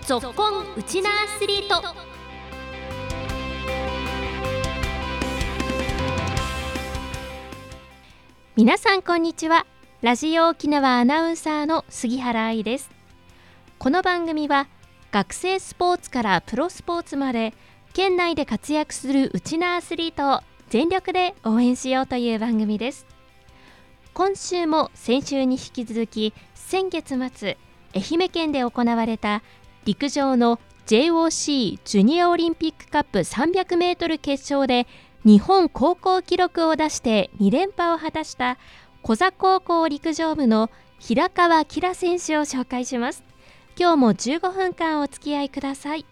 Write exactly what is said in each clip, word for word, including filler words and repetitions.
ぞっこんウチナアスリート。皆さんこんにちは。ラジオ沖縄アナウンサーの杉原愛です。この番組は学生スポーツからプロスポーツまで県内で活躍するウチナアスリートを全力で応援しようという番組です。今週も先週に引き続き、先月末愛媛県で行われた陸上の ジェイオーシー ジュニアオリンピックカップさんびゃくメートル決勝で日本高校記録を出してに連覇を果たした小座高校陸上部の平川希良選手を紹介します。今日もじゅうごふんかんお付き合いください。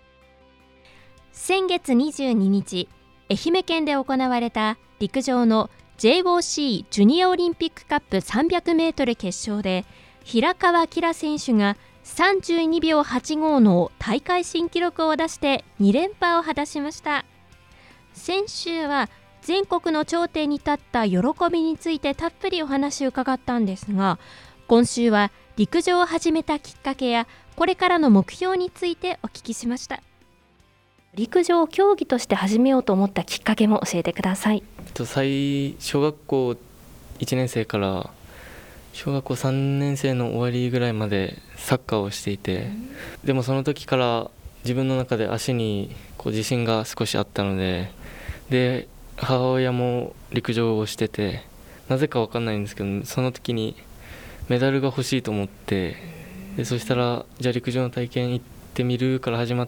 先月にじゅうににち、愛媛県で行われた陸上の ジェイオーシー ジュニアオリンピックカップさんびゃくメートル決勝で平川希良選手がさんじゅうにびょうはちごの大会新記録を出してに連覇を果たしました。先週は全国の頂点に立った喜びについてたっぷりお話を伺ったんですが、今週は陸上を始めたきっかけやこれからの目標についてお聞きしました。陸上を競技として始めようと思ったきっかけも教えてください。 最小学校いちねん生から小学校さんねん生の終わりぐらいまでサッカーをしていて、でもその時から自分の中で足にこう自信が少しあったので、で母親も陸上をしてて、なぜか分かんないんですけど、その時にメダルが欲しいと思って、でそしたらじゃあ陸上の体験行ってみるから始まって、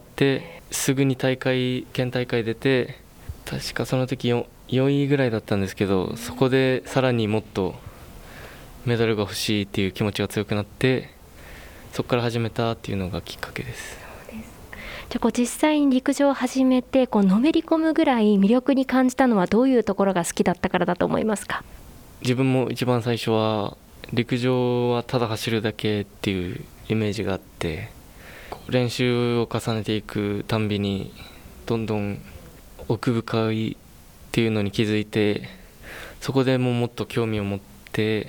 すぐに大会県大会出て、確かその時 4, よんいぐらいだったんですけど、そこでさらにもっとメダルが欲しいっていう気持ちが強くなって、そこから始めたっていうのがきっかけです。 そうです。じゃあこう実際に陸上を始めてこうのめり込むぐらい魅力に感じたのはどういうところが好きだったからだと思いますか？ 自分も一番最初は陸上はただ走るだけっていうイメージがあって、練習を重ねていくたんびにどんどん奥深いっていうのに気づいて、そこでもうもっと興味を持って、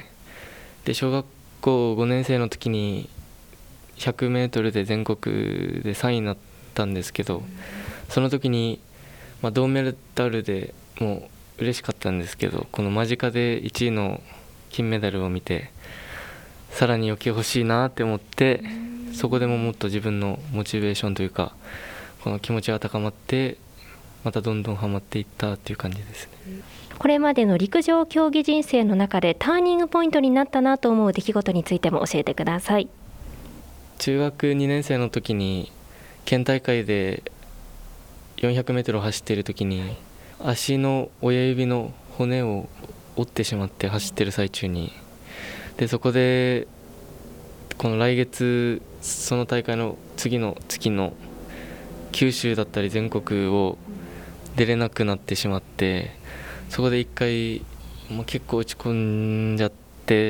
で小学校ごねん生の時にひゃくメートルで全国でさんいになったんですけど、その時に、まあ、銅メダルでもう嬉しかったんですけど、この間近でいちいの金メダルを見てさらに余計欲しいなって思って、そこでももっと自分のモチベーションというかこの気持ちが高まって、またどんどんハマっていったっていう感じですね。 これまでの陸上競技人生の中でターニングポイントになったなと思う出来事についても教えてください。 中学にねん生の時に県大会でよんひゃくメートルを走っている時に、足の親指の骨を折ってしまって、走ってる最中に、でそこでこの来月その大会の次の月の九州だったり全国を出れなくなってしまって、そこで一回もう結構落ち込んじゃって、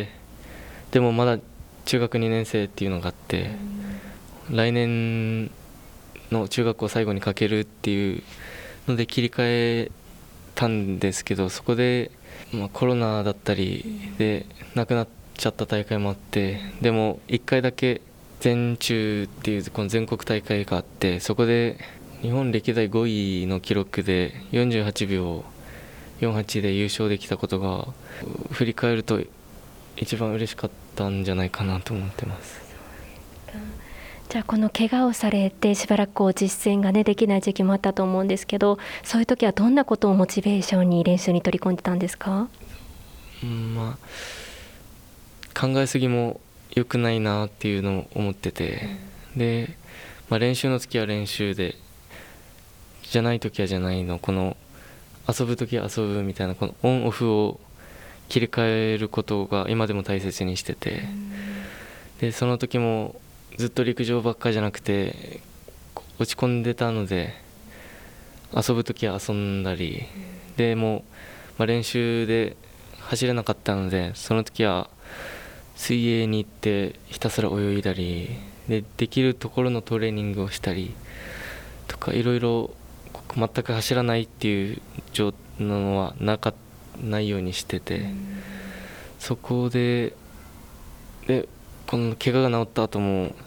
でもまだ中学にねん生っていうのがあって、来年の中学校最後にかけるっていうので切り替えたんですけど、そこで、まあ、コロナだったりでなくなっちゃった大会もあって、でもいっかいだけ全中っていうこの全国大会があって、そこで日本歴代ごいの記録でよんじゅうはちびょうよんじゅうはちで優勝できたことが、振り返ると一番嬉しかったんじゃないかなと思ってます。 じゃあこの怪我をされてしばらくこう実践が、ね、できない時期もあったと思うんですけど、そういう時はどんなことをモチベーションに練習に取り込んでたんですか？ うんまあ、考えすぎも良くないなっていうのを思ってて、うん、で、まあ、練習の時は練習で、じゃない時はじゃないの、この遊ぶ時は遊ぶみたいな、このオンオフを切り替えることが今でも大切にしてて、でその時もずっと陸上ばっかじゃなくて落ち込んでたので、遊ぶ時は遊んだりでも、まあ、練習で走れなかったので、その時は水泳に行ってひたすら泳いだりで、できるところのトレーニングをしたりとか、いろいろ全く走らないっていうのはなかないようにしてて、そこででこの怪我が治った後も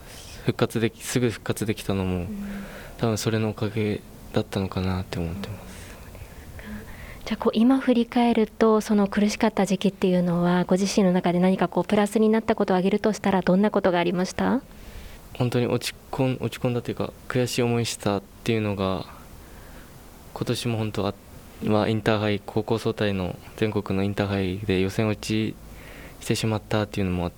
復活できすぐ復活できたのも、多分それのおかげだったのかなって思ってます。 じゃあこう今振り返ると、その苦しかった時期っていうのはご自身の中で何かこうプラスになったことを挙げるとしたら、どんなことがありました？ 本当に落ち込ん、落ち込んだというか悔しい思いしたっていうのが、今年も本当は、まあ、インターハイ高校総体の全国のインターハイで予選落ちしてしまったっていうのもあって、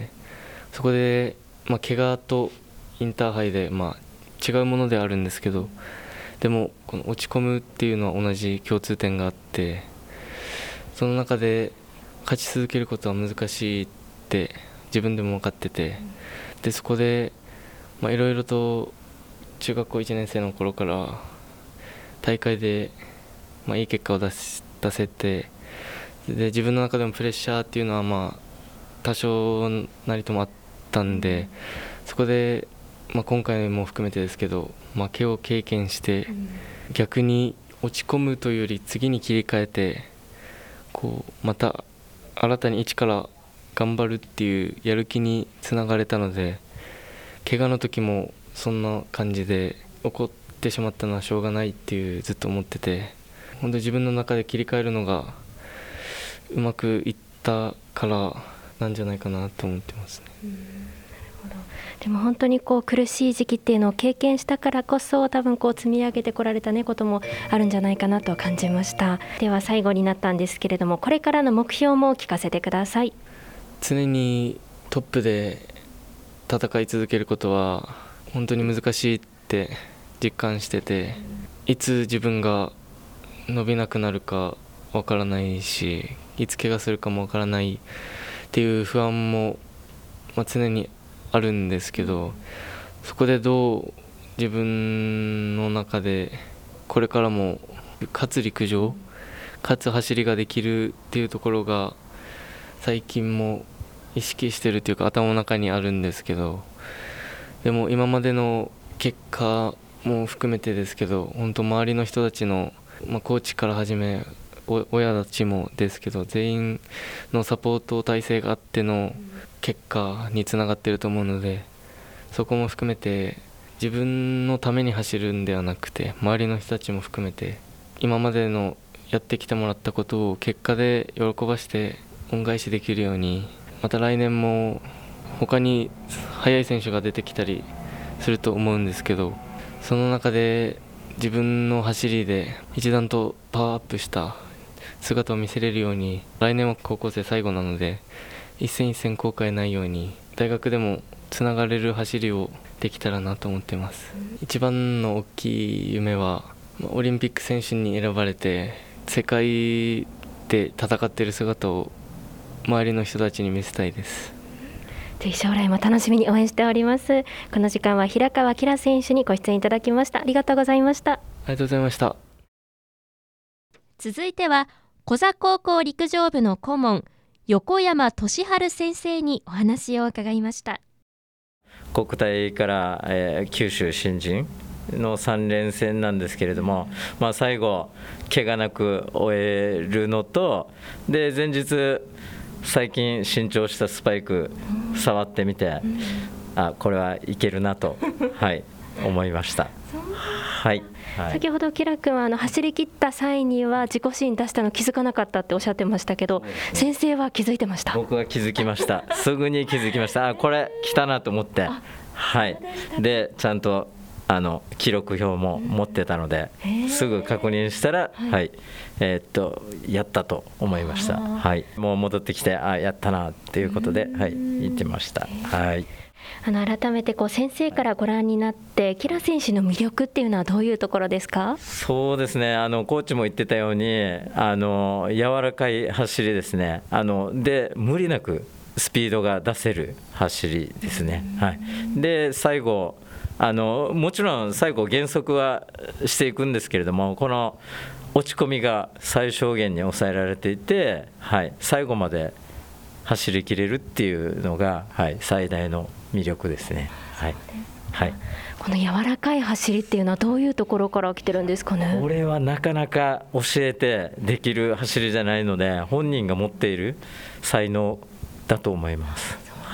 そこで、まあ、怪我とインターハイで、まあ、違うものではあるんですけど、でもこの落ち込むっていうのは同じ共通点があって、その中で勝ち続けることは難しいって自分でも分かってて、でそこでまあいろいろと中学校いちねん生の頃から大会でまあいい結果を出し出せて、で自分の中でもプレッシャーっていうのはまあ多少なりともあったんで、そこでまあ今回も含めてですけど、負けを経験して逆に落ち込むというより次に切り替えて、こうまた新たに一から頑張るっていうやる気につながれたので、怪我の時もそんな感じで起こってしまったのはしょうがないっていうずっと思ってて、本当に自分の中で切り替えるのがうまくいったからなんじゃないかなと思ってますね。 うん、なるほど。でも本当にこう苦しい時期っていうのを経験したからこそ、多分こう積み上げてこられた、ね、こともあるんじゃないかなと感じました。では最後になったんですけれども、これからの目標も聞かせてください。 常にトップで戦い続けることは本当に難しいって実感してて、いつ自分が伸びなくなるかわからないし、いつ怪我するかもわからないっていう不安も、まあ、常にあるんですけど、そこでどう自分の中でこれからも勝つ陸上、勝つ走りができるっていうところが最近も意識してるというか頭の中にあるんですけど、でも今までの結果も含めてですけど、本当周りの人たちの、まあ、コーチから始め親たちもですけど、全員のサポート体制があっての結果につながっていると思うので、そこも含めて自分のために走るんではなくて、周りの人たちも含めて今までのやってきてもらったことを結果で喜ばして恩返しできるように、また来年も他に速い選手が出てきたりすると思うんですけど、その中で自分の走りで一段とパワーアップした姿を見せれるように、来年は高校生最後なので一戦一戦後悔ないように大学でもつながれる走りをできたらなと思っています。一番の大きい夢はオリンピック選手に選ばれて世界で戦っている姿を周りの人たちに見せたいです。 ぜひ将来も楽しみに応援しております。この時間は平川希良選手にご出演いただきました。ありがとうございました。 ありがとうございました。 続いては小座高校陸上部の顧問横山俊治先生にお話を伺いました。 国体から、えー、九州新人のさん連戦なんですけれども、まあ、最後怪我なく終えるのと、で前日最近新調したスパイク触ってみて、あ、これはいけるなと、はい、思いました。はいはい、先ほどキラ君はあの走り切った際には自己新出したの気づかなかったっておっしゃってましたけど、先生は気づいてました？僕は気づきました。すぐに気づきました。あ、これ来たなと思って、はい、でちゃんとあの記録表も持ってたので、すぐ確認したら、はい、えー、っとやったと思いました。はい、もう戻ってきて、あ、やったなっていうことで、はい、言ってました。はい。あの改めてこう先生からご覧になってキラ選手の魅力っていうのはどういうところですか？そうですね、あのコーチも言ってたように、あの柔らかい走りですね。あので無理なくスピードが出せる走りですね。はい、で最後あのもちろん最後減速はしていくんですけれども、この落ち込みが最小限に抑えられていて、はい、最後まで走りきれるっていうのが、はい、最大の魅力ですね。はいはい、この柔らかい走りっていうのはどういうところから来てるんですかね？これはなかなか教えてできる走りじゃないので、本人が持っている才能だと思います。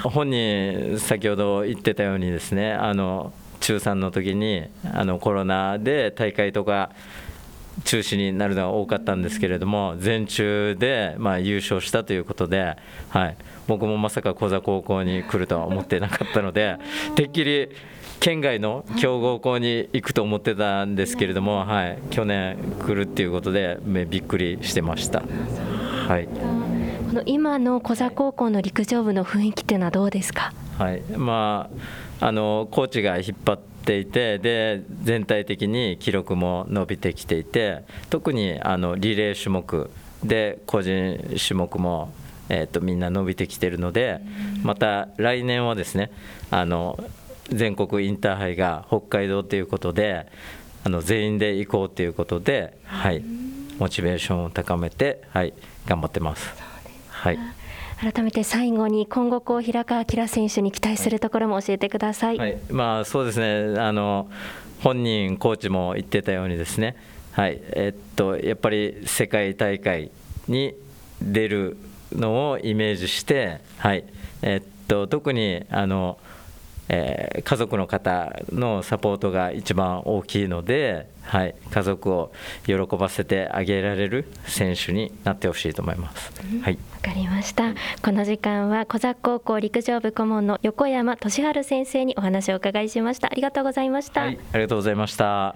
本人先ほど言ってたようにですね、あの中さんの時にあのコロナで大会とか中止になるのが多かったんですけれども、全中でまあ優勝したということで、はい、僕もまさか小座高校に来るとは思ってなかったので、てっきり県外の強豪校に行くと思ってたんですけれども、はい、去年来るっていうことでびっくりしてました。はい、 この今の小座高校の陸上部の雰囲気っていうのはどうですか？ はい、まあ、あのコーチが引っ張っていて、で全体的に記録も伸びてきていて、特にあのリレー種目で個人種目も、えー、とみんな伸びてきているので、また来年はですね、あの全国インターハイが北海道ということで、あの全員で行こうということで、はい、モチベーションを高めて、はい、頑張ってます。はい、 改めて最後に今後こう平川晃選手に期待するところも教えてください。 はい、まあ、そうですね、あの本人コーチも言ってたようにですね、はい、えっとやっぱり世界大会に出るのをイメージして、はい、えっと特にあの、えー、家族の方のサポートが一番大きいので、はい、家族を喜ばせてあげられる選手になってほしいと思います。はい、 わかりました。この時間は小座高校陸上部顧問の横山俊治先生にお話をお伺いしました。ありがとうございました。 はい、ありがとうございました。はい、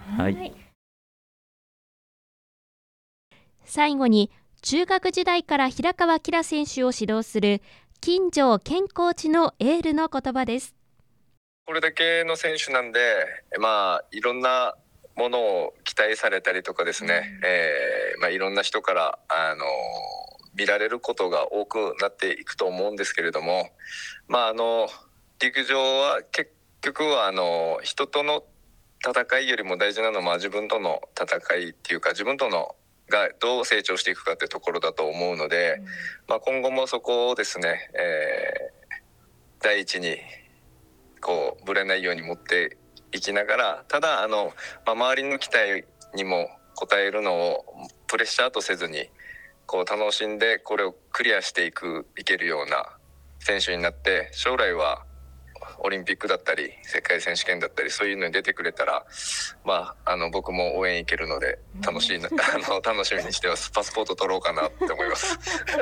最後に中学時代から平川晃選手を指導する金城健コーチのエールの言葉です。 これだけの選手なんで、まあ、いろんなものを期待されたりとかですね、うんえーまあ、いろんな人からあの見られることが多くなっていくと思うんですけれども、まあ、あの陸上は結局はあの人との戦いよりも大事なのは自分との戦いっていうか、自分とのがどう成長していくかっていうところだと思うので、うんまあ、今後もそこをですね、えー、第一にこうぶれないように持っていきながら、ただあの、まあ、周りの期待にも応えるのをプレッシャーとせずにこう楽しんでこれをクリアしていくいけるような選手になって、将来はオリンピックだったり世界選手権だったりそういうのに出てくれたら、まあ、あの僕も応援行けるので楽しいなあの楽しみにしてます。パスポート取ろうかなって思います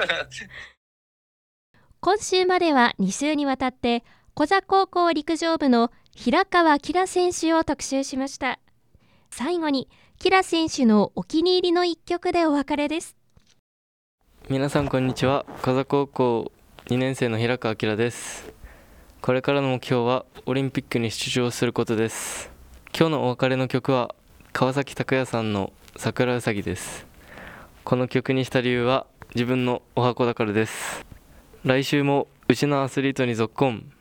今週まではに週にわたって小座高校陸上部の平川晃選手を特集しました。最後に晃選手のお気に入りの一曲でお別れです。 皆さんこんにちは。小座高校にねん生の平川晃です。これからの目標はオリンピックに出場することです。今日のお別れの曲は川崎拓也さんの桜うさぎです。この曲にした理由は自分のお箱だからです。来週もうちのアスリートにぞっこん